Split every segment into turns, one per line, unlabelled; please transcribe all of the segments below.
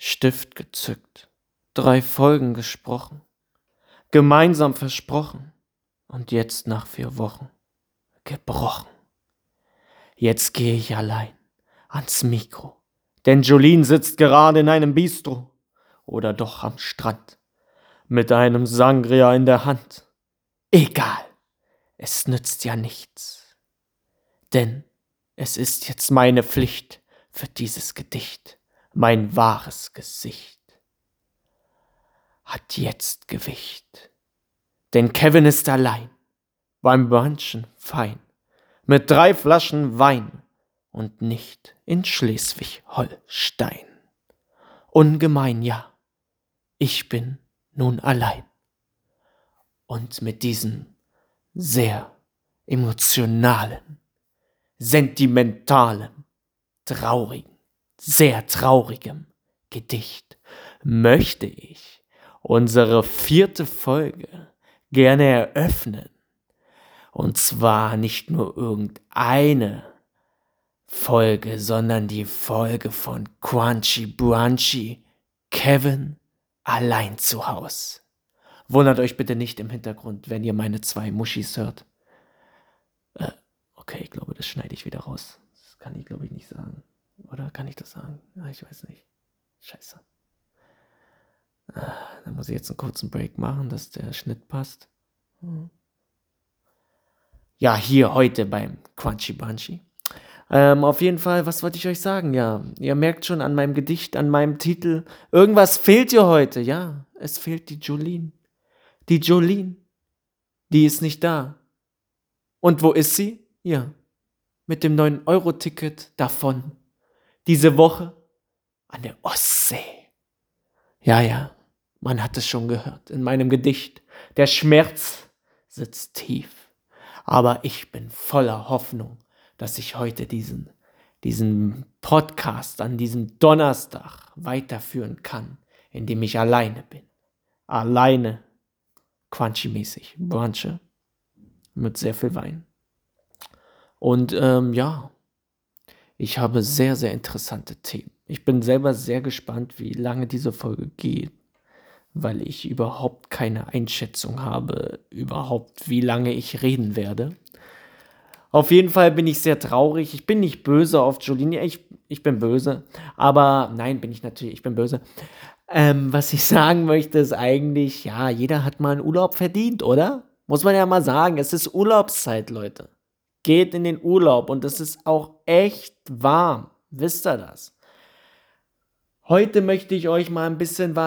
Stift gezückt, 3 Folgen gesprochen, gemeinsam versprochen und jetzt nach 4 Wochen gebrochen. Jetzt gehe ich allein ans Mikro, denn Jolene sitzt gerade in einem Bistro oder doch am Strand mit einem Sangria in der Hand. Egal, es nützt ja nichts, denn es ist jetzt meine Pflicht für dieses Gedicht, mein wahres Gesicht hat jetzt Gewicht, denn Kevin ist allein, beim Brunchen fein, mit 3 Flaschen Wein und nicht in Schleswig-Holstein. Ungemein, ja, ich bin nun allein. Und mit diesem sehr emotionalen, sentimentalen, traurigen, sehr traurigem Gedicht möchte ich unsere 4. Folge gerne eröffnen. Und zwar nicht nur irgendeine Folge, sondern die Folge von Crunchy Brunchy, Kevin allein zu Haus. Wundert euch bitte nicht im Hintergrund, wenn ihr meine 2 Muschis hört. Okay, ich glaube, das schneide ich wieder raus. Das kann ich, glaube ich, nicht sagen. Oder kann ich das sagen? Ja, ich weiß nicht. Scheiße. Dann muss ich jetzt einen kurzen Break machen, dass der Schnitt passt. Ja, hier heute beim Crunchy Bunchy. Auf jeden Fall, was wollte ich euch sagen? Ja, ihr merkt schon an meinem Gedicht, an meinem Titel, irgendwas fehlt ihr heute. Ja, es fehlt die Jolene. Die Jolene, die ist nicht da. Und wo ist sie? Ja, mit dem 9-Euro-Ticket davon. Diese Woche an der Ostsee. Ja, man hat es schon gehört in meinem Gedicht. Der Schmerz sitzt tief. Aber ich bin voller Hoffnung, dass ich heute diesen Podcast an diesem Donnerstag weiterführen kann, indem ich alleine bin. Alleine, Crunchy-mäßig, Brunche, mit sehr viel Wein. Und ja, ich habe sehr, sehr interessante Themen. Ich bin selber sehr gespannt, wie lange diese Folge geht, weil ich überhaupt keine Einschätzung habe, wie lange ich reden werde. Auf jeden Fall bin ich sehr traurig. Ich bin nicht böse auf Jolene. Ich bin böse. Aber nein, ich bin böse. Was ich sagen möchte, ist eigentlich, ja, jeder hat mal einen Urlaub verdient, oder? Muss man ja mal sagen. Es ist Urlaubszeit, Leute. Geht in den Urlaub und es ist auch echt warm. Wisst ihr das? Heute möchte ich euch mal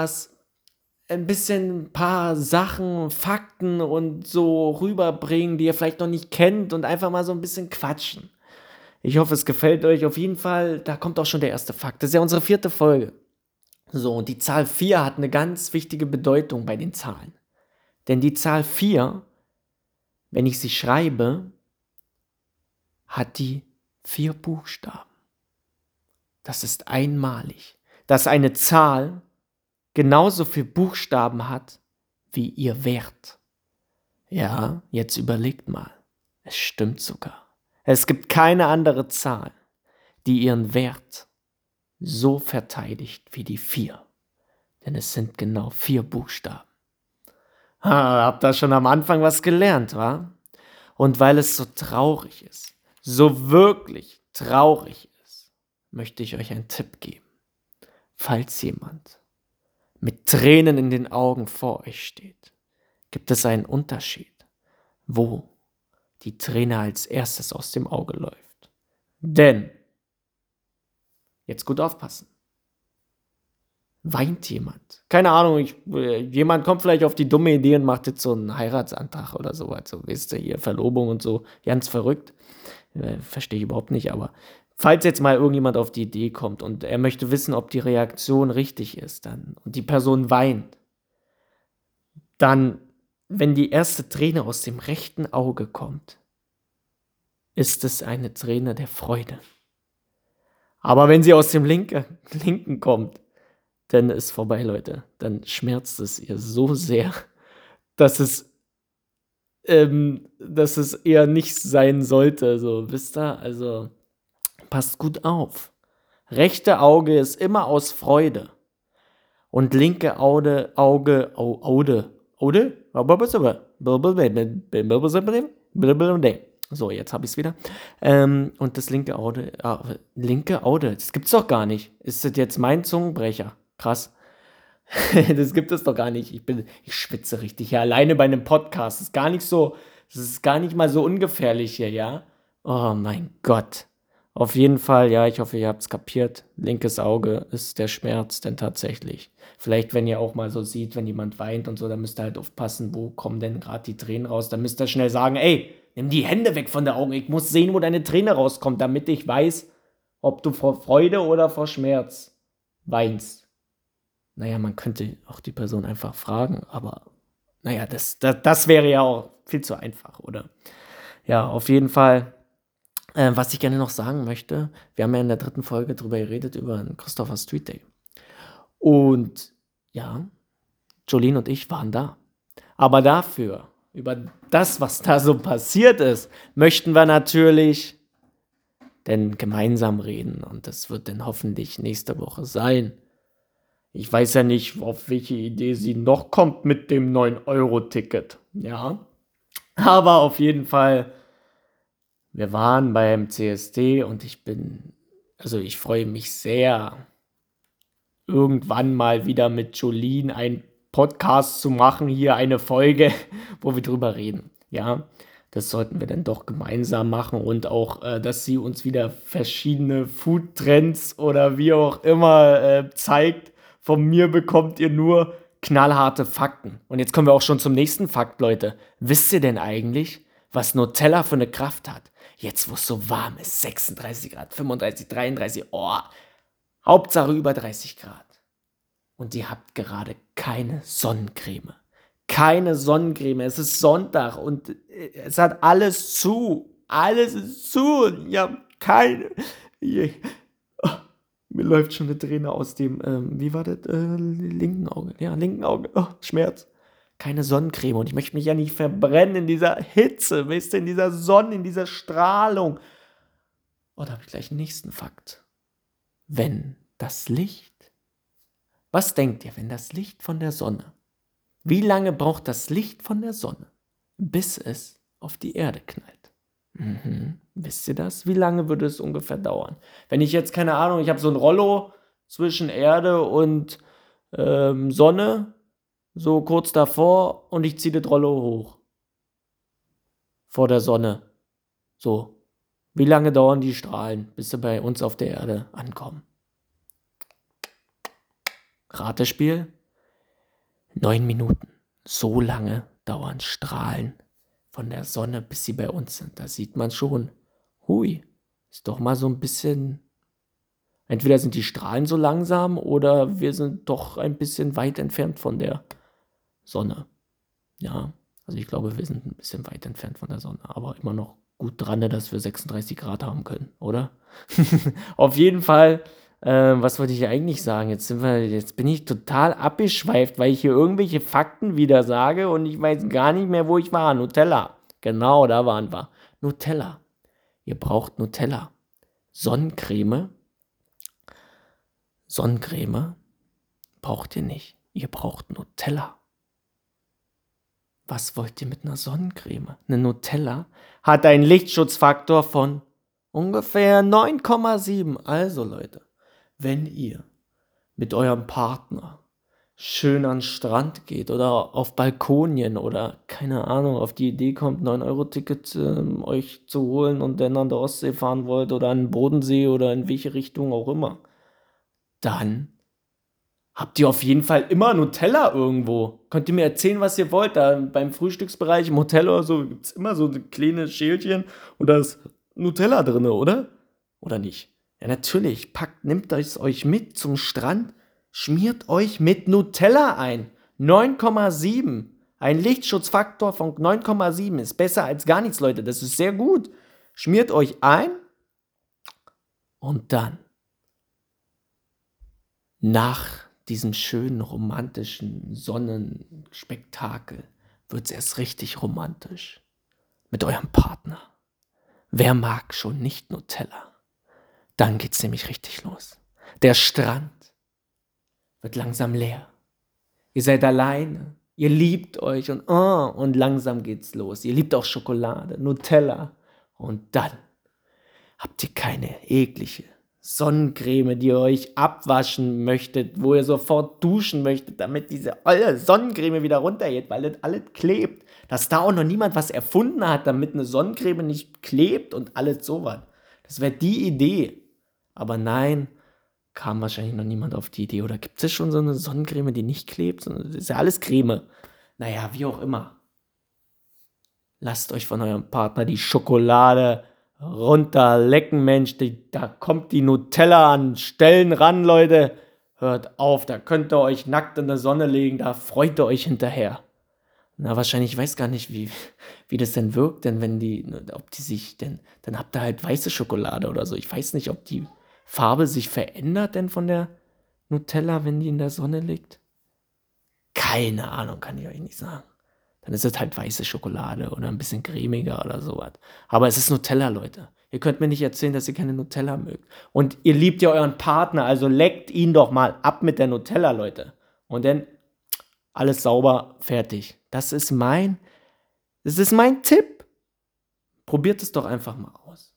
ein paar Sachen, Fakten und so rüberbringen, die ihr vielleicht noch nicht kennt und einfach mal so ein bisschen quatschen. Ich hoffe, es gefällt euch. Auf jeden Fall, da kommt auch schon der erste Fakt. Das ist ja unsere 4. Folge. So, und die Zahl 4 hat eine ganz wichtige Bedeutung bei den Zahlen. Denn die Zahl 4, wenn ich sie schreibe, hat die 4 Buchstaben. Das ist einmalig. Dass eine Zahl genauso viel Buchstaben hat wie ihr Wert. Ja, jetzt überlegt mal. Es stimmt sogar. Es gibt keine andere Zahl, die ihren Wert so verteidigt wie die 4. Denn es sind genau 4 Buchstaben. Habt ihr schon am Anfang was gelernt, wa? Und weil es so traurig ist, so wirklich traurig ist, möchte ich euch einen Tipp geben. Falls jemand mit Tränen in den Augen vor euch steht, gibt es einen Unterschied, wo die Träne als erstes aus dem Auge läuft. Denn, jetzt gut aufpassen, weint jemand. Keine Ahnung, jemand kommt vielleicht auf die dumme Idee und macht jetzt so einen Heiratsantrag oder so. Also, wisst ihr, hier Verlobung und so, ganz verrückt. Verstehe ich überhaupt nicht, aber falls jetzt mal irgendjemand auf die Idee kommt und er möchte wissen, ob die Reaktion richtig ist, dann und die Person weint, dann, wenn die erste Träne aus dem rechten Auge kommt, ist es eine Träne der Freude. Aber wenn sie aus dem linken kommt, dann ist vorbei, Leute. Dann schmerzt es ihr so sehr, dass es eher nicht sein sollte, so, wisst ihr? Also, passt gut auf. Rechte Auge ist immer aus Freude. Und linke Auge. So, jetzt habe ich es wieder. Und das linke Auge, das gibt's doch gar nicht. Ist das jetzt mein Zungenbrecher? Krass. Das gibt es doch gar nicht. Ich schwitze richtig hier alleine bei einem Podcast. Das ist gar nicht mal so ungefährlich hier, ja? Oh mein Gott. Auf jeden Fall, ja, ich hoffe, ihr habt es kapiert. Linkes Auge ist der Schmerz, denn tatsächlich. Vielleicht, wenn ihr auch mal so seht, wenn jemand weint und so, dann müsst ihr halt aufpassen, wo kommen denn gerade die Tränen raus. Dann müsst ihr schnell sagen, ey, nimm die Hände weg von der Augen. Ich muss sehen, wo deine Träne rauskommt, damit ich weiß, ob du vor Freude oder vor Schmerz weinst. Naja, man könnte auch die Person einfach fragen, aber naja, das wäre ja auch viel zu einfach, oder? Ja, auf jeden Fall. Was ich gerne noch sagen möchte, wir haben ja in der 3. Folge drüber geredet, über den Christopher Street Day. Und ja, Jolene und ich waren da. Aber dafür, über das, was da so passiert ist, möchten wir natürlich denn gemeinsam reden. Und das wird dann hoffentlich nächste Woche sein. Ich weiß ja nicht, auf welche Idee sie noch kommt mit dem 9-Euro-Ticket. Ja, aber auf jeden Fall, wir waren beim CSD und ich freue mich sehr, irgendwann mal wieder mit Jolene einen Podcast zu machen, hier eine Folge, wo wir drüber reden. Ja, das sollten wir dann doch gemeinsam machen und auch, dass sie uns wieder verschiedene Food-Trends oder wie auch immer zeigt. Von mir bekommt ihr nur knallharte Fakten. Und jetzt kommen wir auch schon zum nächsten Fakt, Leute. Wisst ihr denn eigentlich, was Nutella für eine Kraft hat? Jetzt, wo es so warm ist, 36 Grad, 35, 33, Hauptsache über 30 Grad. Und ihr habt gerade keine Sonnencreme. Keine Sonnencreme. Es ist Sonntag und es hat alles zu. Alles ist zu. Ich habe keine... Mir läuft schon eine Träne aus dem, wie war das? Linken Auge. Ja, linken Auge. Oh, Schmerz. Keine Sonnencreme. Und ich möchte mich ja nicht verbrennen in dieser Hitze, wisst ihr, in dieser Sonne, in dieser Strahlung. Oh, da habe ich gleich einen nächsten Fakt. Was denkt ihr, wenn das Licht von der Sonne, wie lange braucht das Licht von der Sonne, bis es auf die Erde knallt? Wisst ihr das? Wie lange würde es ungefähr dauern? Wenn ich jetzt, keine Ahnung, ich habe so ein Rollo zwischen Erde und Sonne, so kurz davor, und ich ziehe das Rollo hoch. Vor der Sonne. So. Wie lange dauern die Strahlen, bis sie bei uns auf der Erde ankommen? Ratespiel? 9 Minuten. So lange dauern Strahlen von der Sonne, bis sie bei uns sind. Da sieht man schon, hui, ist doch mal so ein bisschen, entweder sind die Strahlen so langsam oder wir sind doch ein bisschen weit entfernt von der Sonne. Ja, also ich glaube, wir sind ein bisschen weit entfernt von der Sonne, aber immer noch gut dran, dass wir 36 Grad haben können, oder? Auf jeden Fall, was wollte ich eigentlich sagen? Jetzt bin ich total abgeschweift, weil ich hier irgendwelche Fakten wieder sage und ich weiß gar nicht mehr, wo ich war. Nutella. Genau, da waren wir. Nutella. Ihr braucht Nutella. Sonnencreme braucht ihr nicht. Ihr braucht Nutella. Was wollt ihr mit einer Sonnencreme? Eine Nutella hat einen Lichtschutzfaktor von ungefähr 9,7. Also Leute, wenn ihr mit eurem Partner schön an den Strand geht oder auf Balkonien oder, keine Ahnung, auf die Idee kommt, 9-Euro-Ticket euch zu holen und dann an der Ostsee fahren wollt oder an den Bodensee oder in welche Richtung auch immer, dann habt ihr auf jeden Fall immer Nutella irgendwo. Könnt ihr mir erzählen, was ihr wollt. Da beim Frühstücksbereich im Hotel oder so gibt es immer so kleine Schälchen und da ist Nutella drin, oder? Oder nicht? Ja, natürlich. Nehmt es euch mit zum Strand, schmiert euch mit Nutella ein. 9,7. Ein Lichtschutzfaktor von 9,7 ist besser als gar nichts, Leute. Das ist sehr gut. Schmiert euch ein und dann nach diesem schönen romantischen Sonnenspektakel wird es erst richtig romantisch. Mit eurem Partner. Wer mag schon nicht Nutella? Dann geht's nämlich richtig los. Der Strand. wird langsam leer. Ihr seid alleine. Ihr liebt euch und langsam geht's los. Ihr liebt auch Schokolade, Nutella. Und dann habt ihr keine eklige Sonnencreme, die ihr euch abwaschen möchtet, wo ihr sofort duschen möchtet, damit diese olle Sonnencreme wieder runtergeht, weil das alles klebt. Dass da auch noch niemand was erfunden hat, damit eine Sonnencreme nicht klebt und alles sowas. Das wäre die Idee. Aber nein, kam wahrscheinlich noch niemand auf die Idee. Oder gibt es schon so eine Sonnencreme, die nicht klebt? Das ist ja alles Creme. Naja, wie auch immer. Lasst euch von eurem Partner die Schokolade runterlecken, Mensch. Da kommt die Nutella an Stellen ran, Leute. Hört auf, da könnt ihr euch nackt in der Sonne legen, da freut ihr euch hinterher. Na, wahrscheinlich, ich weiß gar nicht, wie das denn wirkt, denn ob die sich, dann habt ihr halt weiße Schokolade oder so. Ich weiß nicht, ob die Farbe sich verändert denn von der Nutella, wenn die in der Sonne liegt. Keine Ahnung, kann ich euch nicht sagen. Dann ist es halt weiße Schokolade oder ein bisschen cremiger oder sowas. Aber es ist Nutella, Leute. Ihr könnt mir nicht erzählen, dass ihr keine Nutella mögt. Und ihr liebt ja euren Partner, also leckt ihn doch mal ab mit der Nutella, Leute. Und dann alles sauber, fertig. Das ist mein Tipp. Probiert es doch einfach mal aus.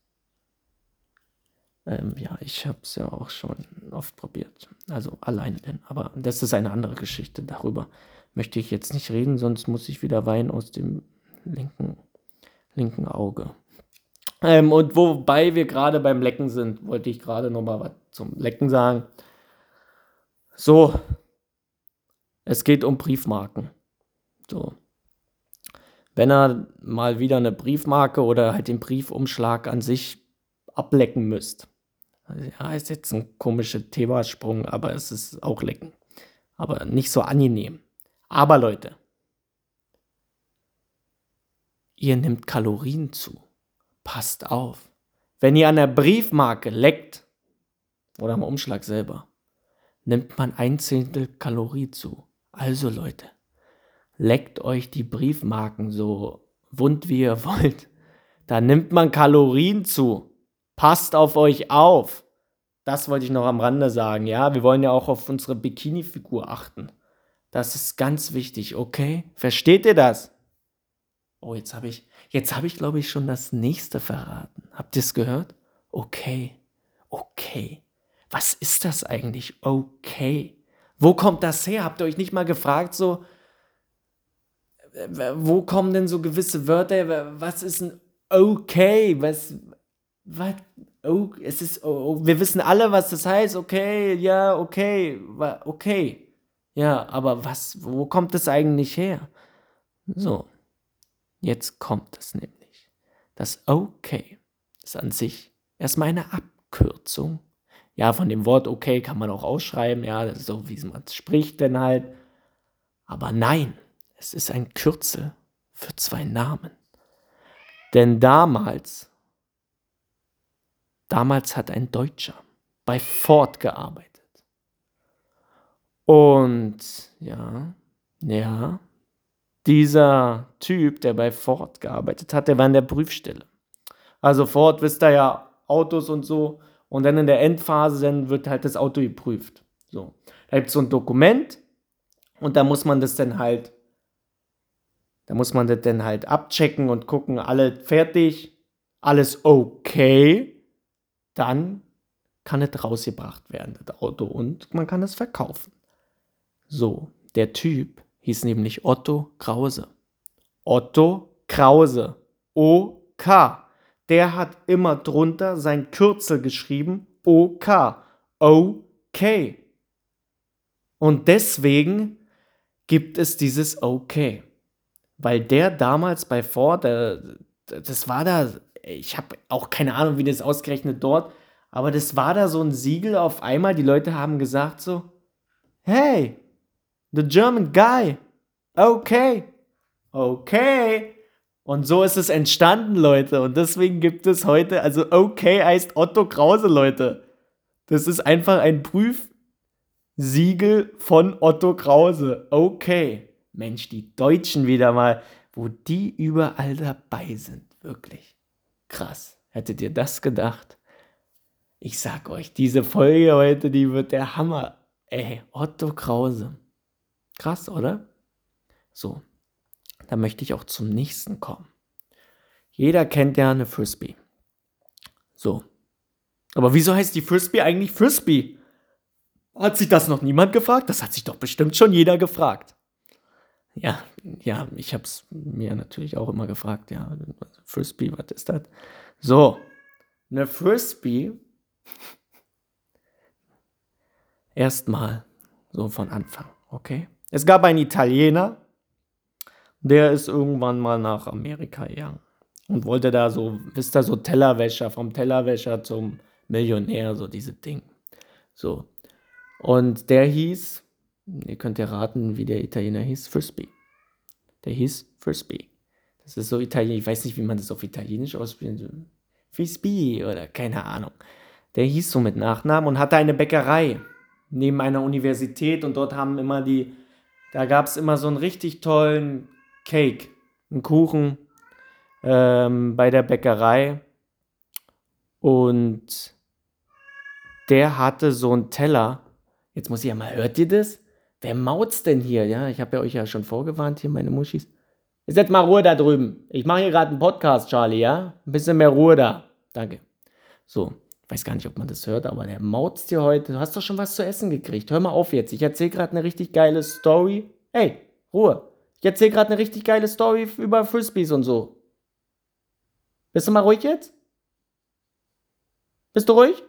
Ja, ich habe es ja auch schon oft probiert. Also alleine denn. Aber das ist eine andere Geschichte. Darüber möchte ich jetzt nicht reden, sonst muss ich wieder weinen aus dem linken Auge. Und wobei wir gerade beim Lecken sind, wollte ich gerade noch mal was zum Lecken sagen. So, es geht um Briefmarken. So. Wenn ihr mal wieder eine Briefmarke oder halt den Briefumschlag an sich ablecken müsst. Ja, ist jetzt ein komischer Themasprung, aber es ist auch lecken. Aber nicht so angenehm. Aber Leute, ihr nehmt Kalorien zu. Passt auf. Wenn ihr an der Briefmarke leckt, oder am Umschlag selber, nimmt man 1/10 Kalorie zu. Also Leute, leckt euch die Briefmarken so wund wie ihr wollt. Da nimmt man Kalorien zu. Passt auf euch auf. Das wollte ich noch am Rande sagen, ja. Wir wollen ja auch auf unsere Bikini-Figur achten. Das ist ganz wichtig, okay? Versteht ihr das? Oh, jetzt habe ich, glaube ich, schon das nächste verraten. Habt ihr es gehört? Okay. Was ist das eigentlich? Okay. Wo kommt das her? Habt ihr euch nicht mal gefragt, so, wo kommen denn so gewisse Wörter? Was ist ein okay? Was, oh, es ist, wir wissen alle, was das heißt. Okay, ja, okay, okay. Ja, aber wo kommt das eigentlich her? So, jetzt kommt es nämlich. Das okay ist an sich erstmal eine Abkürzung. Ja, von dem Wort okay kann man auch ausschreiben, ja, so wie man es spricht denn halt. Aber nein, es ist ein Kürzel für 2 Namen. Denn damals hat ein Deutscher bei Ford gearbeitet. Und ja, dieser Typ, der bei Ford gearbeitet hat, der war in der Prüfstelle. Also Ford, wisst ihr ja, Autos und so. Und dann in der Endphase, dann wird halt das Auto geprüft. So. Da gibt es so ein Dokument und da muss man das dann halt abchecken und gucken, alle fertig, alles okay. Dann kann es rausgebracht werden, das Auto, und man kann es verkaufen. So, der Typ hieß nämlich Otto Krause. Otto Krause. OK. Der hat immer drunter sein Kürzel geschrieben. OK. Okay. Und deswegen gibt es dieses Okay. Weil der damals bei Ford, das war da, ich habe auch keine Ahnung, wie das ausgerechnet dort, aber das war da so ein Siegel auf einmal. Die Leute haben gesagt so, hey, the German guy, okay. Und so ist es entstanden, Leute. Und deswegen gibt es heute, also okay heißt Otto Krause, Leute. Das ist einfach ein Prüfsiegel von Otto Krause. Okay. Mensch, die Deutschen wieder mal, wo die überall dabei sind. Wirklich krass. Hättet ihr das gedacht? Ich sag euch, diese Folge heute, die wird der Hammer. Ey, Otto Krause. Krass, oder? So, da möchte ich auch zum nächsten kommen. Jeder kennt ja eine Frisbee. So. Aber wieso heißt die Frisbee eigentlich Frisbee? Hat sich das noch niemand gefragt? Das hat sich doch bestimmt schon jeder gefragt. Ja, ja, ich habe es mir natürlich auch immer gefragt. Ja, Frisbee, was ist das? So, eine Frisbee, erstmal so von Anfang, okay? Es gab einen Italiener, der ist irgendwann mal nach Amerika gegangen und wollte da so, wisst ihr, so Tellerwäscher, vom Tellerwäscher zum Millionär, so diese Ding. So. Und der hieß, ihr könnt ja raten, wie der Italiener hieß, Frisbee. Der hieß Frisbee. Das ist so italienisch, ich weiß nicht, wie man das auf Italienisch ausspricht. So Frisbee oder keine Ahnung. Der hieß so mit Nachnamen und hatte eine Bäckerei neben einer Universität und dort da gab es immer so einen richtig tollen Cake, einen Kuchen bei der Bäckerei und der hatte so einen Teller. Jetzt muss ich ja mal, hört ihr das? Wer maut's denn hier? Ja, ich habe ja euch ja schon vorgewarnt, hier meine Muschis. Ist jetzt mal Ruhe da drüben. Ich mache hier gerade einen Podcast, Charlie, ja? Ein bisschen mehr Ruhe da. Danke. So, ich weiß gar nicht, ob man das hört, aber der maut's dir heute. Du hast doch schon was zu essen gekriegt. Hör mal auf jetzt. Ich erzähle gerade eine richtig geile Story. Hey, Ruhe. Ich erzähle gerade eine richtig geile Story über Frisbees und so. Bist du mal ruhig jetzt? Bist du ruhig?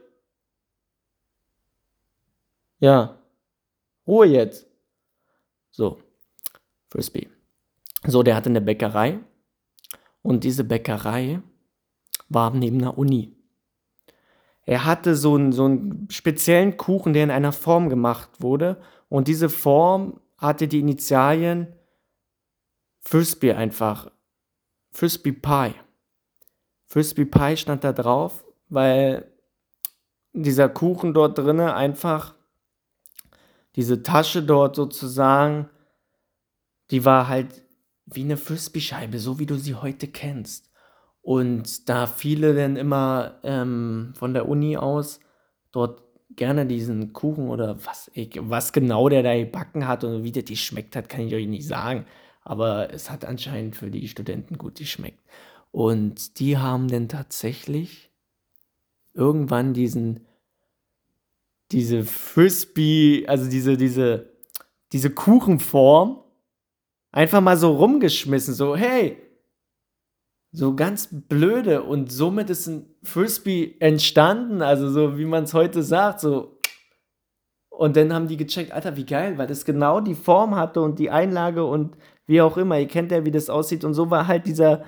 Ja. Ruhe jetzt. So, Frisbee. So, der hatte eine Bäckerei und diese Bäckerei war neben einer Uni. Er hatte so einen speziellen Kuchen, der in einer Form gemacht wurde und diese Form hatte die Initialien Frisbee einfach. Frisbee Pie. Frisbee Pie stand da drauf, weil dieser Kuchen dort drinne einfach, diese Tasche dort sozusagen, die war halt wie eine Frisbee-Scheibe, so wie du sie heute kennst. Und da viele dann immer von der Uni aus dort gerne diesen Kuchen oder was genau der da gebacken hat und wie der die schmeckt hat, kann ich euch nicht sagen. Aber es hat anscheinend für die Studenten gut geschmeckt. Und die haben dann tatsächlich irgendwann diese Frisbee, also diese Kuchenform einfach mal so rumgeschmissen, so hey, so ganz blöde und somit ist ein Frisbee entstanden, also so wie man es heute sagt, so. Und dann haben die gecheckt, Alter, wie geil, weil das genau die Form hatte und die Einlage und wie auch immer, ihr kennt ja, wie das aussieht und so war halt dieser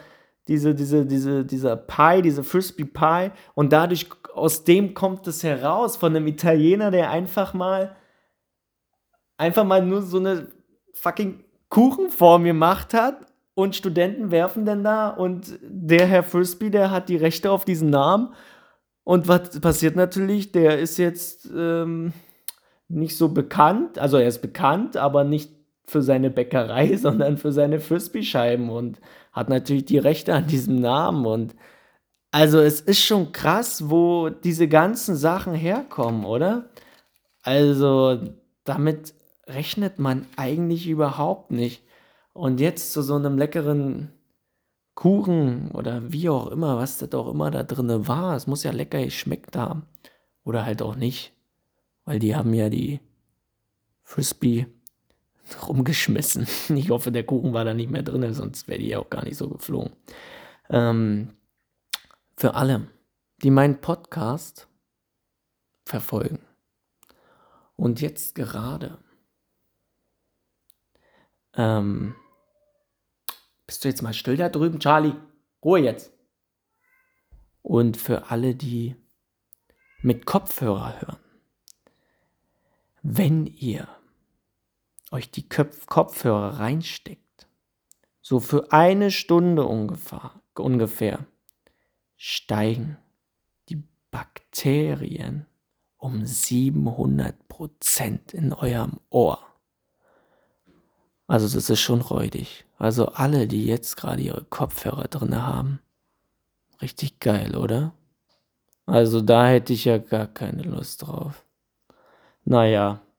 Pie, diese Frisbee Pie und dadurch, aus dem kommt es heraus, von einem Italiener, der einfach mal nur so eine fucking Kuchenform gemacht hat und Studenten werfen dann da und der Herr Frisbee, der hat die Rechte auf diesen Namen und was passiert natürlich, der ist jetzt nicht so bekannt, also er ist bekannt, aber nicht für seine Bäckerei, sondern für seine Frisbee-Scheiben und hat natürlich die Rechte an diesem Namen und also es ist schon krass, wo diese ganzen Sachen herkommen, oder? Also damit rechnet man eigentlich überhaupt nicht. Und jetzt zu so einem leckeren Kuchen oder wie auch immer, was das auch immer da drin war, es muss ja lecker geschmeckt haben. Oder halt auch nicht, weil die haben ja die Frisbee rumgeschmissen. Ich hoffe, der Kuchen war da nicht mehr drin, sonst wäre die ja auch gar nicht so geflogen. Für alle, die meinen Podcast verfolgen und jetzt gerade bist du jetzt mal still da drüben, Charlie? Ruhe jetzt. Und für alle, die mit Kopfhörer hören, wenn ihr euch die Kopfhörer reinsteckt, so für 1 Stunde ungefähr steigen die Bakterien um 700% in eurem Ohr. Also das ist schon räudig. Also alle, die jetzt gerade ihre Kopfhörer drin haben, richtig geil, oder? Also da hätte ich ja gar keine Lust drauf. Naja,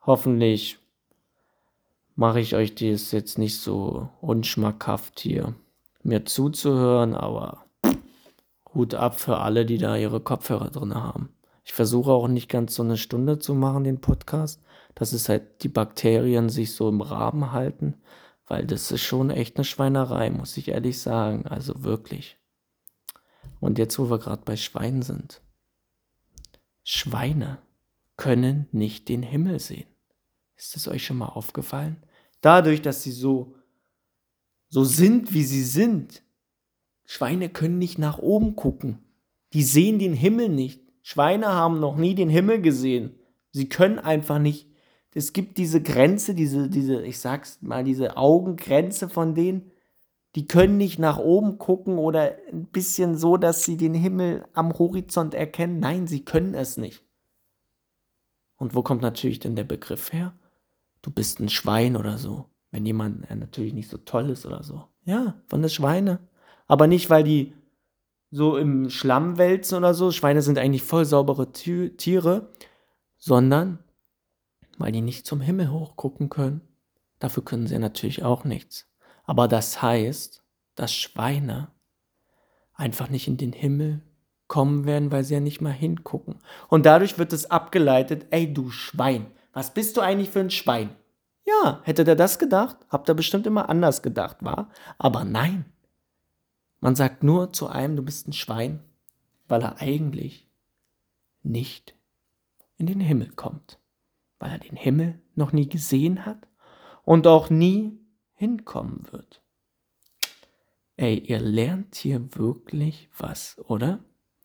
Hoffentlich mache ich euch das jetzt nicht so unschmackhaft hier, mir zuzuhören, aber Hut ab für alle, die da ihre Kopfhörer drin haben. Ich versuche auch nicht ganz so eine Stunde zu machen, den Podcast, dass es halt die Bakterien sich so im Rahmen halten, weil das ist schon echt eine Schweinerei, muss ich ehrlich sagen, also wirklich. Und jetzt, wo wir gerade bei Schweinen sind. Schweine können nicht den Himmel sehen. Ist es euch schon mal aufgefallen? Dadurch, dass sie so sind, wie sie sind. Schweine können nicht nach oben gucken. Die sehen den Himmel nicht. Schweine haben noch nie den Himmel gesehen. Sie können einfach nicht. Es gibt diese Grenze, ich sag's mal, diese Augengrenze von denen, die können nicht nach oben gucken oder ein bisschen so, dass sie den Himmel am Horizont erkennen. Nein, sie können es nicht. Und wo kommt natürlich denn der Begriff her? Du bist ein Schwein oder so. Wenn jemand natürlich nicht so toll ist oder so. Ja, von den Schweine. Aber nicht, weil die so im Schlamm wälzen oder so. Schweine sind eigentlich voll saubere Tiere. Sondern, weil die nicht zum Himmel hochgucken können. Dafür können sie natürlich auch nichts. Aber das heißt, dass Schweine einfach nicht in den Himmel kommen werden, weil sie ja nicht mal hingucken. Und dadurch wird es abgeleitet, ey du Schwein, was bist du eigentlich für ein Schwein? Ja, hätte der das gedacht? Habt ihr bestimmt immer anders gedacht, wa? Aber nein. Man sagt nur zu einem, du bist ein Schwein, weil er eigentlich nicht in den Himmel kommt. Weil er den Himmel noch nie gesehen hat und auch nie hinkommen wird. Ey, ihr lernt hier wirklich was, oder?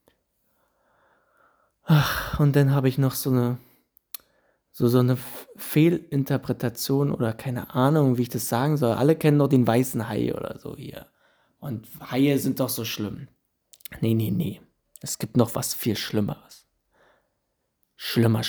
Ach, und dann habe ich noch so eine Fehlinterpretation oder keine Ahnung, wie ich das sagen soll. Alle kennen doch den weißen Hai oder so hier. Und Haie sind doch so schlimm. Nee. Es gibt noch was viel Schlimmeres. Schlimmer.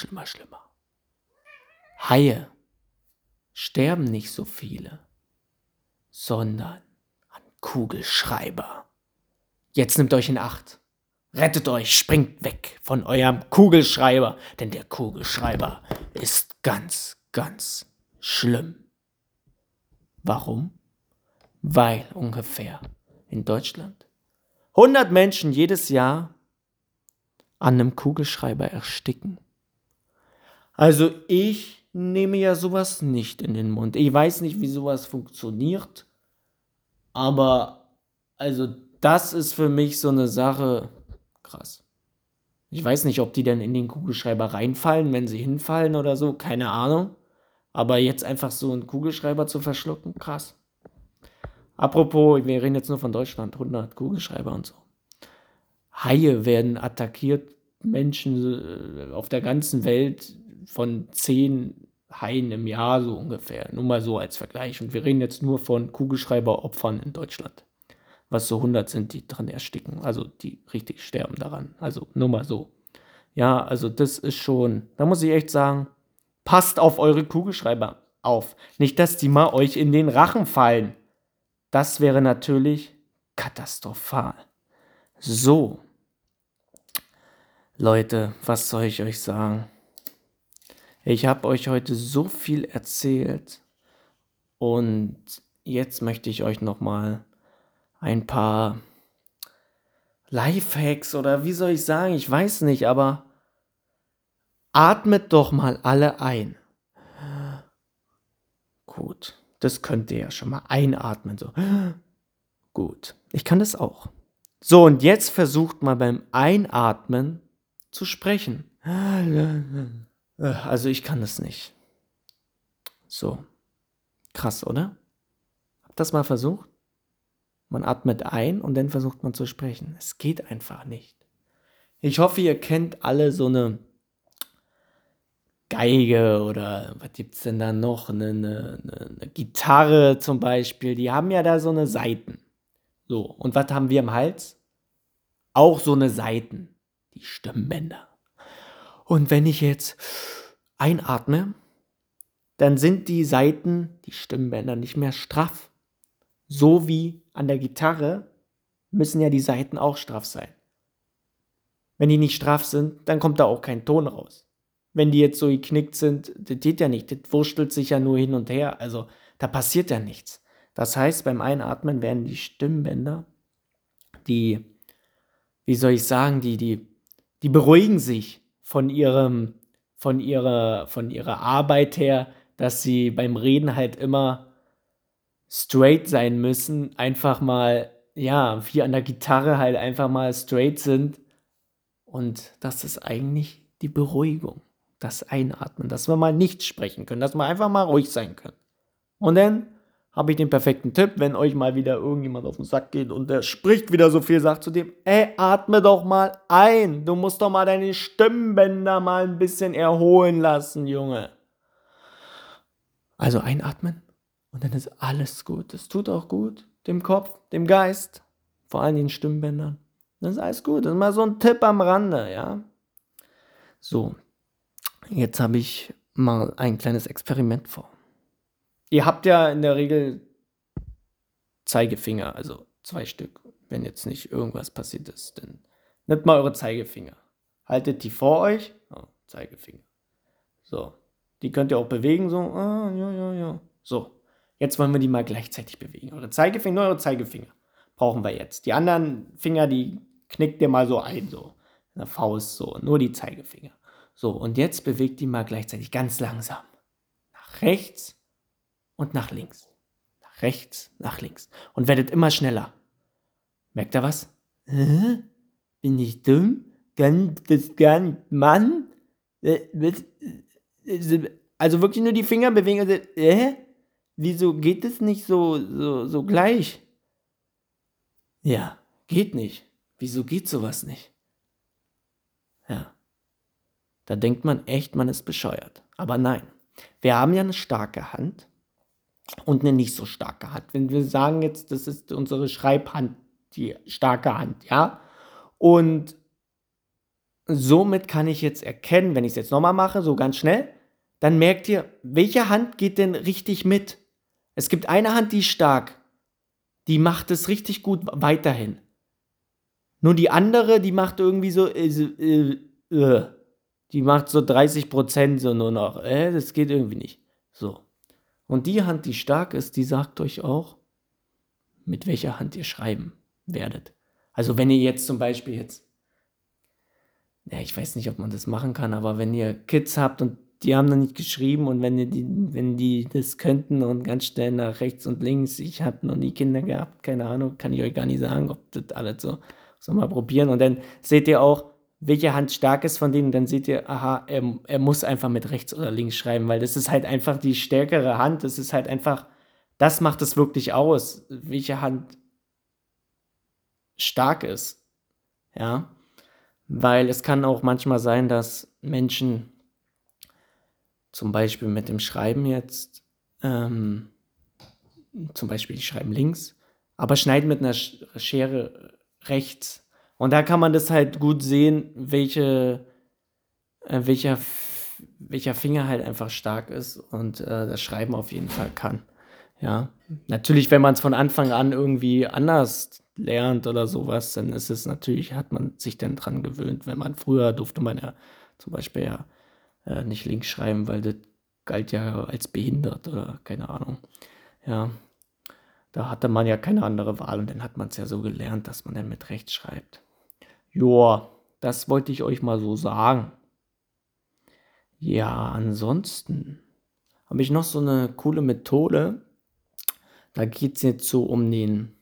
Haie sterben nicht so viele, sondern an Kugelschreiber. Jetzt nehmt euch in Acht. Rettet euch, springt weg von eurem Kugelschreiber, denn der Kugelschreiber ist ganz, ganz schlimm. Warum? Weil ungefähr in Deutschland 100 Menschen jedes Jahr an einem Kugelschreiber ersticken. Also ich nehme ja sowas nicht in den Mund. Ich weiß nicht, wie sowas funktioniert, aber also das ist für mich so eine Sache, krass. Ich weiß nicht, ob die dann in den Kugelschreiber reinfallen, wenn sie hinfallen oder so, keine Ahnung. Aber jetzt einfach so einen Kugelschreiber zu verschlucken, krass. Apropos, wir reden jetzt nur von Deutschland, 100 Kugelschreiber und so. Haie werden attackiert, Menschen auf der ganzen Welt von 10 Haien im Jahr so ungefähr. Nur mal so als Vergleich. Und wir reden jetzt nur von Kugelschreiberopfern in Deutschland. Was so 100 sind, die dran ersticken. Also die richtig sterben daran. Also nur mal so. Ja, also das ist schon, da muss ich echt sagen, passt auf eure Kugelschreiber auf. Nicht, dass die mal euch in den Rachen fallen. Das wäre natürlich katastrophal. So, Leute, was soll ich euch sagen? Ich habe euch heute so viel erzählt und jetzt möchte ich euch nochmal ein paar Lifehacks oder wie soll ich sagen, ich weiß nicht, aber atmet doch mal alle ein. Gut, das könnt ihr ja schon mal einatmen. So. Gut, ich kann das auch. So, und jetzt versucht mal beim Einatmen zu sprechen. Also ich kann das nicht. So, krass, oder? Habt das mal versucht? Man atmet ein und dann versucht man zu sprechen. Es geht einfach nicht. Ich hoffe, ihr kennt alle so eine Geige oder was gibt's denn da noch? Eine Gitarre zum Beispiel. Die haben ja da so eine Saiten. So, und was haben wir im Hals? Auch so eine Saiten. Die Stimmbänder. Und wenn ich jetzt einatme, dann sind die Saiten, die Stimmbänder nicht mehr straff. So wie an der Gitarre müssen ja die Saiten auch straff sein. Wenn die nicht straff sind, dann kommt da auch kein Ton raus. wenn die jetzt so geknickt sind, das geht ja nicht. Das wurschtelt sich ja nur hin und her. Also da passiert ja nichts. Das heißt, beim Einatmen werden die Stimmbänder, die, wie soll ich sagen, die beruhigen sich von ihrer Arbeit her, dass sie beim Reden halt immer straight sein müssen, einfach mal, ja, wie an der Gitarre halt einfach mal straight sind. Und das ist eigentlich die Beruhigung, das Einatmen, dass wir mal nicht sprechen können, dass wir einfach mal ruhig sein können. Und dann habe ich den perfekten Tipp, wenn euch mal wieder irgendjemand auf den Sack geht und der spricht wieder so viel, sagt zu dem, ey, atme doch mal ein, du musst doch mal deine Stimmbänder mal ein bisschen erholen lassen, Junge. Also einatmen und dann ist alles gut. Das tut auch gut dem Kopf, dem Geist, vor allem den Stimmbändern. Das ist alles gut. Das ist mal so ein Tipp am Rande, ja. So, jetzt habe ich mal ein kleines Experiment vor. Ihr habt ja in der Regel Zeigefinger, also 2 Stück, wenn jetzt nicht irgendwas passiert ist. Dann nehmt mal eure Zeigefinger. Haltet die vor euch. Oh, Zeigefinger. So, die könnt ihr auch bewegen, so. Ja. So, jetzt wollen wir die mal gleichzeitig bewegen. Eure Zeigefinger, nur eure Zeigefinger brauchen wir jetzt. Die anderen Finger, die knickt ihr mal so ein, so. In der Faust, so. Nur die Zeigefinger. So, und jetzt bewegt die mal gleichzeitig ganz langsam. Nach rechts und nach links. Nach rechts, nach links. Und werdet immer schneller. Merkt ihr was? Bin ich dumm? Kann das gar nicht, Mann? Also wirklich nur die Finger bewegen. Also, wieso geht es nicht so gleich? Ja, geht nicht. Wieso geht sowas nicht? Ja. Da denkt man echt, man ist bescheuert. Aber nein. Wir haben ja eine starke Hand und eine nicht so starke Hand. Wenn wir sagen jetzt, das ist unsere Schreibhand, die starke Hand, ja? Und somit kann ich jetzt erkennen, wenn ich es jetzt nochmal mache, so ganz schnell, dann merkt ihr, welche Hand geht denn richtig mit? Es gibt eine Hand, die ist stark. Die macht es richtig gut weiterhin. Nur die andere, die macht irgendwie so, die macht so 30% so nur noch. Das geht irgendwie nicht. So. Und die Hand, die stark ist, die sagt euch auch, mit welcher Hand ihr schreiben werdet. Also wenn ihr jetzt zum Beispiel ja, ich weiß nicht, ob man das machen kann, aber wenn ihr Kids habt und die haben noch nicht geschrieben und wenn die das könnten und ganz schnell nach rechts und links, ich habe noch nie Kinder gehabt, keine Ahnung, kann ich euch gar nicht sagen, ob das alles so mal probieren. Und dann seht ihr auch, welche Hand stark ist von denen, und dann seht ihr, aha, er muss einfach mit rechts oder links schreiben, weil das ist halt einfach die stärkere Hand, das ist halt einfach, das macht es wirklich aus, welche Hand stark ist, ja, weil es kann auch manchmal sein, dass Menschen zum Beispiel mit dem Schreiben jetzt, zum Beispiel die schreiben links, aber schneiden mit einer Schere rechts. Und da kann man das halt gut sehen, welcher Finger halt einfach stark ist und das Schreiben auf jeden Fall kann. Ja, natürlich, wenn man es von Anfang an irgendwie anders lernt oder sowas, dann ist es natürlich, hat man sich dann dran gewöhnt. Wenn man früher durfte man ja zum Beispiel nicht links schreiben, weil das galt ja als behindert oder keine Ahnung. Ja, da hatte man ja keine andere Wahl und dann hat man es ja so gelernt, dass man dann mit rechts schreibt. Joa, das wollte ich euch mal so sagen. Ja, ansonsten habe ich noch so eine coole Methode. Da geht es jetzt so um den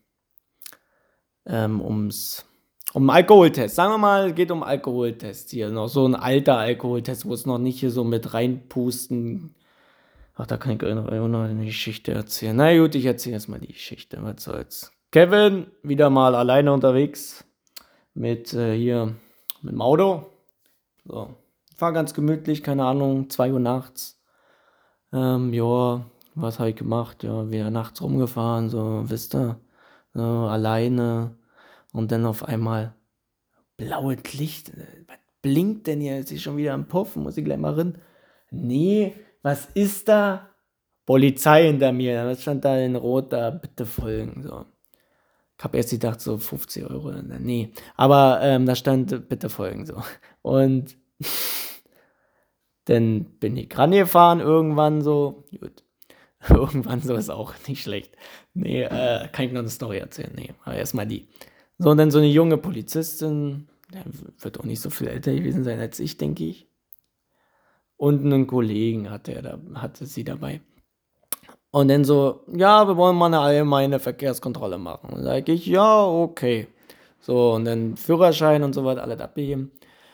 Alkoholtest. Sagen wir mal, es geht um Alkoholtest hier. Noch so ein alter Alkoholtest, wo es noch nicht hier so mit reinpusten. Ach, da kann ich auch noch eine Geschichte erzählen. Na gut, ich erzähle jetzt mal die Geschichte. Was soll's. Kevin, wieder mal alleine unterwegs mit mit dem Auto. So, war ganz gemütlich, keine Ahnung, 2 Uhr nachts. Ja, was habe ich gemacht? Ja, wieder nachts rumgefahren, so, wisst ihr, so, alleine. Und dann auf einmal blaues Licht. Was blinkt denn hier? Ist ich schon wieder am Puffen? Muss ich gleich mal rein? Nee, was ist da? Polizei hinter mir. Was stand da in Rot da? Bitte folgen. So. Ich habe erst gedacht, so 50 Euro. Nee, aber da stand, bitte folgen. So. Und Dann bin ich rangefahren irgendwann so. Gut. Irgendwann so ist auch nicht schlecht. Nee, kann ich noch eine Story erzählen? Nee, aber erstmal die. So, und dann so eine junge Polizistin, der wird auch nicht so viel älter gewesen sein als ich, denke ich. Und einen Kollegen hatte sie dabei. Und dann so, ja, wir wollen mal eine allgemeine Verkehrskontrolle machen. Und sage ich, ja, okay. So, und dann Führerschein und so weiter, alles abgegeben.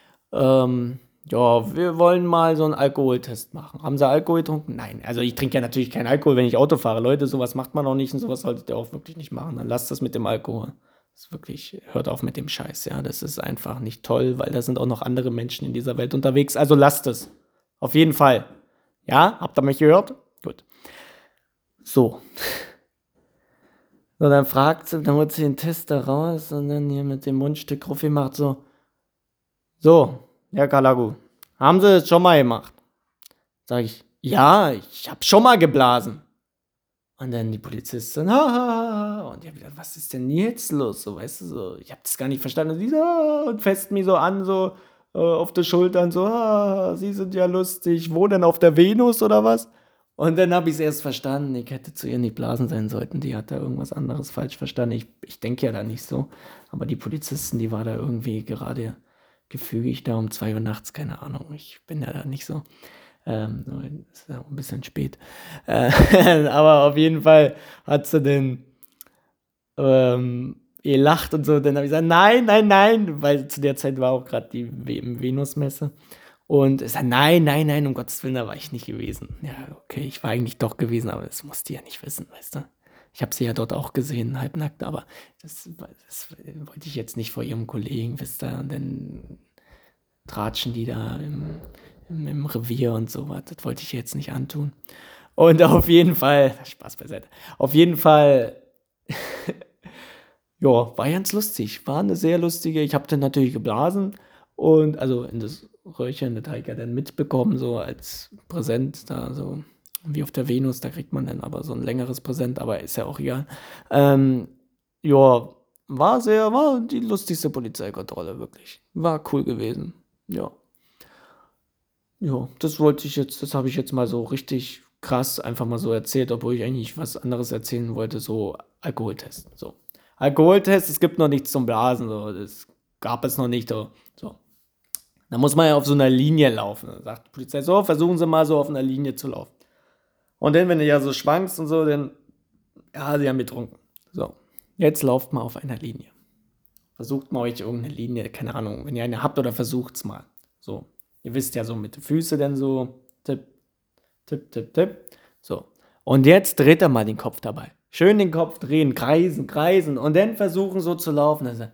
Ja, wir wollen mal so einen Alkoholtest machen. Haben Sie Alkohol getrunken? Nein. Also ich trinke ja natürlich keinen Alkohol, wenn ich Auto fahre. Leute, sowas macht man auch nicht und sowas solltet ihr auch wirklich nicht machen. Dann lasst das mit dem Alkohol. Das ist wirklich, hört auf mit dem Scheiß, ja. Das ist einfach nicht toll, weil da sind auch noch andere Menschen in dieser Welt unterwegs. Also lasst es. Auf jeden Fall. Ja, habt ihr mich gehört? Gut. So. So, dann fragt sie, dann holt sie den Test da raus und dann hier mit dem Mundstück raufgemacht, so, Herr Kalagu, haben Sie das schon mal gemacht? Sag ich, ja, ich hab schon mal geblasen. Und dann die Polizistin, ha. Und ich hab gedacht, was ist denn jetzt los? So, weißt du, so, ich hab das gar nicht verstanden. Und sie so, und fässt mich so an, so auf die Schultern, so, Sie sind ja lustig. Wo denn, auf der Venus oder was? Und dann habe ich es erst verstanden. Ich hätte zu ihr nicht blasen sein sollten. Die hat da irgendwas anderes falsch verstanden. Ich denke ja da nicht so. Aber die Polizistin, die war da irgendwie gerade gefügig da um 2 Uhr nachts, keine Ahnung. Ich bin ja da nicht so. Ist ja auch ein bisschen spät. Aber auf jeden Fall hat sie dann ihr lacht und so. Dann habe ich gesagt, nein, weil zu der Zeit war auch gerade die Venusmesse. Und es sagt, nein, um Gottes Willen, da war ich nicht gewesen. Ja, okay, ich war eigentlich doch gewesen, aber das musste ja nicht wissen, weißt du. Ich habe sie ja dort auch gesehen, halbnackt, aber das wollte ich jetzt nicht vor ihrem Kollegen, wisst ihr. Und dann tratschen die da im Revier und so was. Das wollte ich jetzt nicht antun. Und auf jeden Fall, Spaß beiseite, auf jeden Fall, ja, war ganz lustig. War eine sehr lustige, ich habe dann natürlich geblasen und also in das Röhrchen, das habe ich ja dann mitbekommen, so als Präsent da so. Wie auf der Venus, da kriegt man dann aber so ein längeres Präsent, aber ist ja auch egal. Ja, war die lustigste Polizeikontrolle, wirklich. War cool gewesen, ja. Ja, das habe ich jetzt mal so richtig krass einfach mal so erzählt, obwohl ich eigentlich was anderes erzählen wollte, so Alkoholtest, so. Alkoholtest, es gibt noch nichts zum Blasen, so, das gab es noch nicht, so. Da muss man ja auf so einer Linie laufen. Da sagt die Polizei, so, versuchen Sie mal so auf einer Linie zu laufen. Und dann, wenn du ja so schwankst und so, dann, ja, Sie haben getrunken. So, jetzt lauft mal auf einer Linie. Versucht mal euch irgendeine Linie, keine Ahnung, wenn ihr eine habt oder versucht's mal. So, ihr wisst ja so mit den Füßen dann so, tipp. So, und jetzt dreht er mal den Kopf dabei. Schön den Kopf drehen, kreisen und dann versuchen so zu laufen. Also,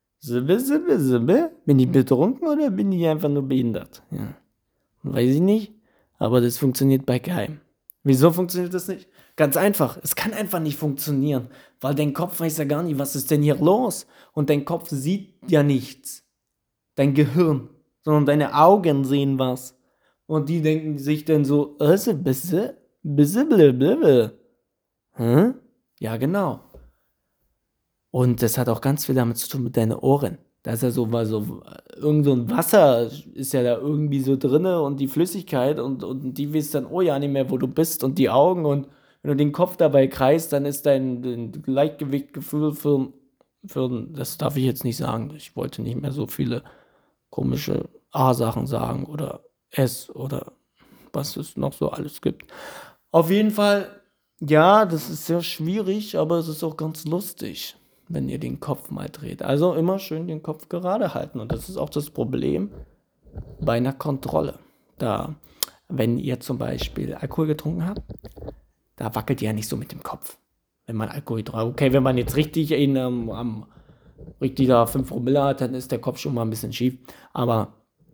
bin ich betrunken oder bin ich einfach nur behindert? Ja, weiß ich nicht, aber das funktioniert bei keinem. Wieso funktioniert das nicht? Ganz einfach, es kann einfach nicht funktionieren, weil dein Kopf weiß ja gar nicht, was ist denn hier los? Und dein Kopf sieht ja nichts, dein Gehirn, sondern deine Augen sehen was. Und die denken sich dann so, bisschen blablabla. Hä? Ja, genau. Und das hat auch ganz viel damit zu tun mit deinen Ohren. Da ist ja irgend so ein Wasser ist ja da irgendwie so drinne und die Flüssigkeit und die wisst dann, oh ja, nicht mehr, wo du bist und die Augen und wenn du den Kopf dabei kreist, dann ist dein Gleichgewichtgefühl das darf ich jetzt nicht sagen, ich wollte nicht mehr so viele komische A-Sachen sagen oder S oder was es noch so alles gibt. Auf jeden Fall, ja, das ist sehr schwierig, aber es ist auch ganz lustig, wenn ihr den Kopf mal dreht. Also immer schön den Kopf gerade halten. Und das ist auch das Problem bei einer Kontrolle. Da, wenn ihr zum Beispiel Alkohol getrunken habt, da wackelt ihr ja nicht so mit dem Kopf. Wenn man Alkohol trinkt. Okay, wenn man jetzt richtig richtig da 5 Promille hat, dann ist der Kopf schon mal ein bisschen schief. Aber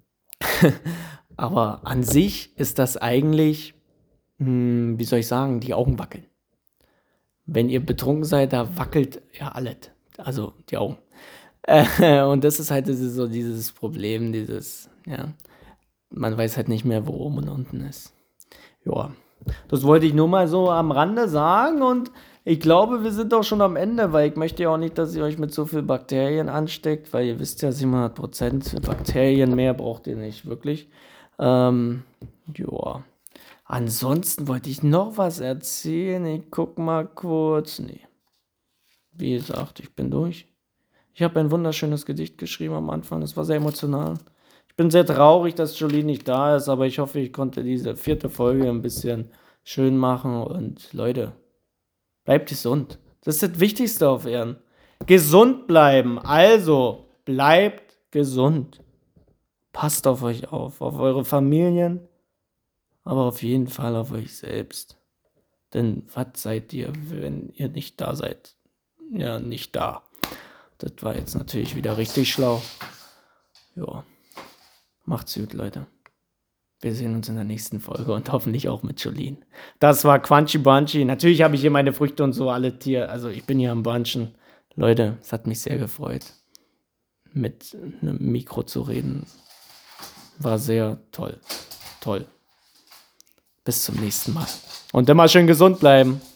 an sich ist das eigentlich, wie soll ich sagen, die Augen wackeln. Wenn ihr betrunken seid, da wackelt ja alles. Also die Augen. Und das ist halt so dieses Problem, ja, man weiß halt nicht mehr, wo oben und unten ist. Ja, das wollte ich nur mal so am Rande sagen und ich glaube, wir sind auch schon am Ende, weil ich möchte ja auch nicht, dass ihr euch mit so viel Bakterien ansteckt, weil ihr wisst ja, 700% Bakterien mehr braucht ihr nicht wirklich. Ja. Ansonsten wollte ich noch was erzählen. Ich guck mal kurz. Nee. Wie gesagt, ich bin durch. Ich habe ein wunderschönes Gedicht geschrieben am Anfang. Das war sehr emotional. Ich bin sehr traurig, dass Jolene nicht da ist, aber ich hoffe, ich konnte diese 4. Folge ein bisschen schön machen. Und Leute, bleibt gesund. Das ist das Wichtigste auf Erden. Gesund bleiben. Also, bleibt gesund. Passt auf euch auf eure Familien, aber auf jeden Fall auf euch selbst. Denn was seid ihr, wenn ihr nicht da seid? Ja, nicht da. Das war jetzt natürlich wieder richtig schlau. Ja, macht's gut, Leute. Wir sehen uns in der nächsten Folge und hoffentlich auch mit Jolene. Das war Quanchy Bunchy. Natürlich habe ich hier meine Früchte und so alle Tier. Also ich bin hier am Bunchen. Leute, es hat mich sehr gefreut, mit einem Mikro zu reden. War sehr toll. Toll. Bis zum nächsten Mal. Und immer schön gesund bleiben.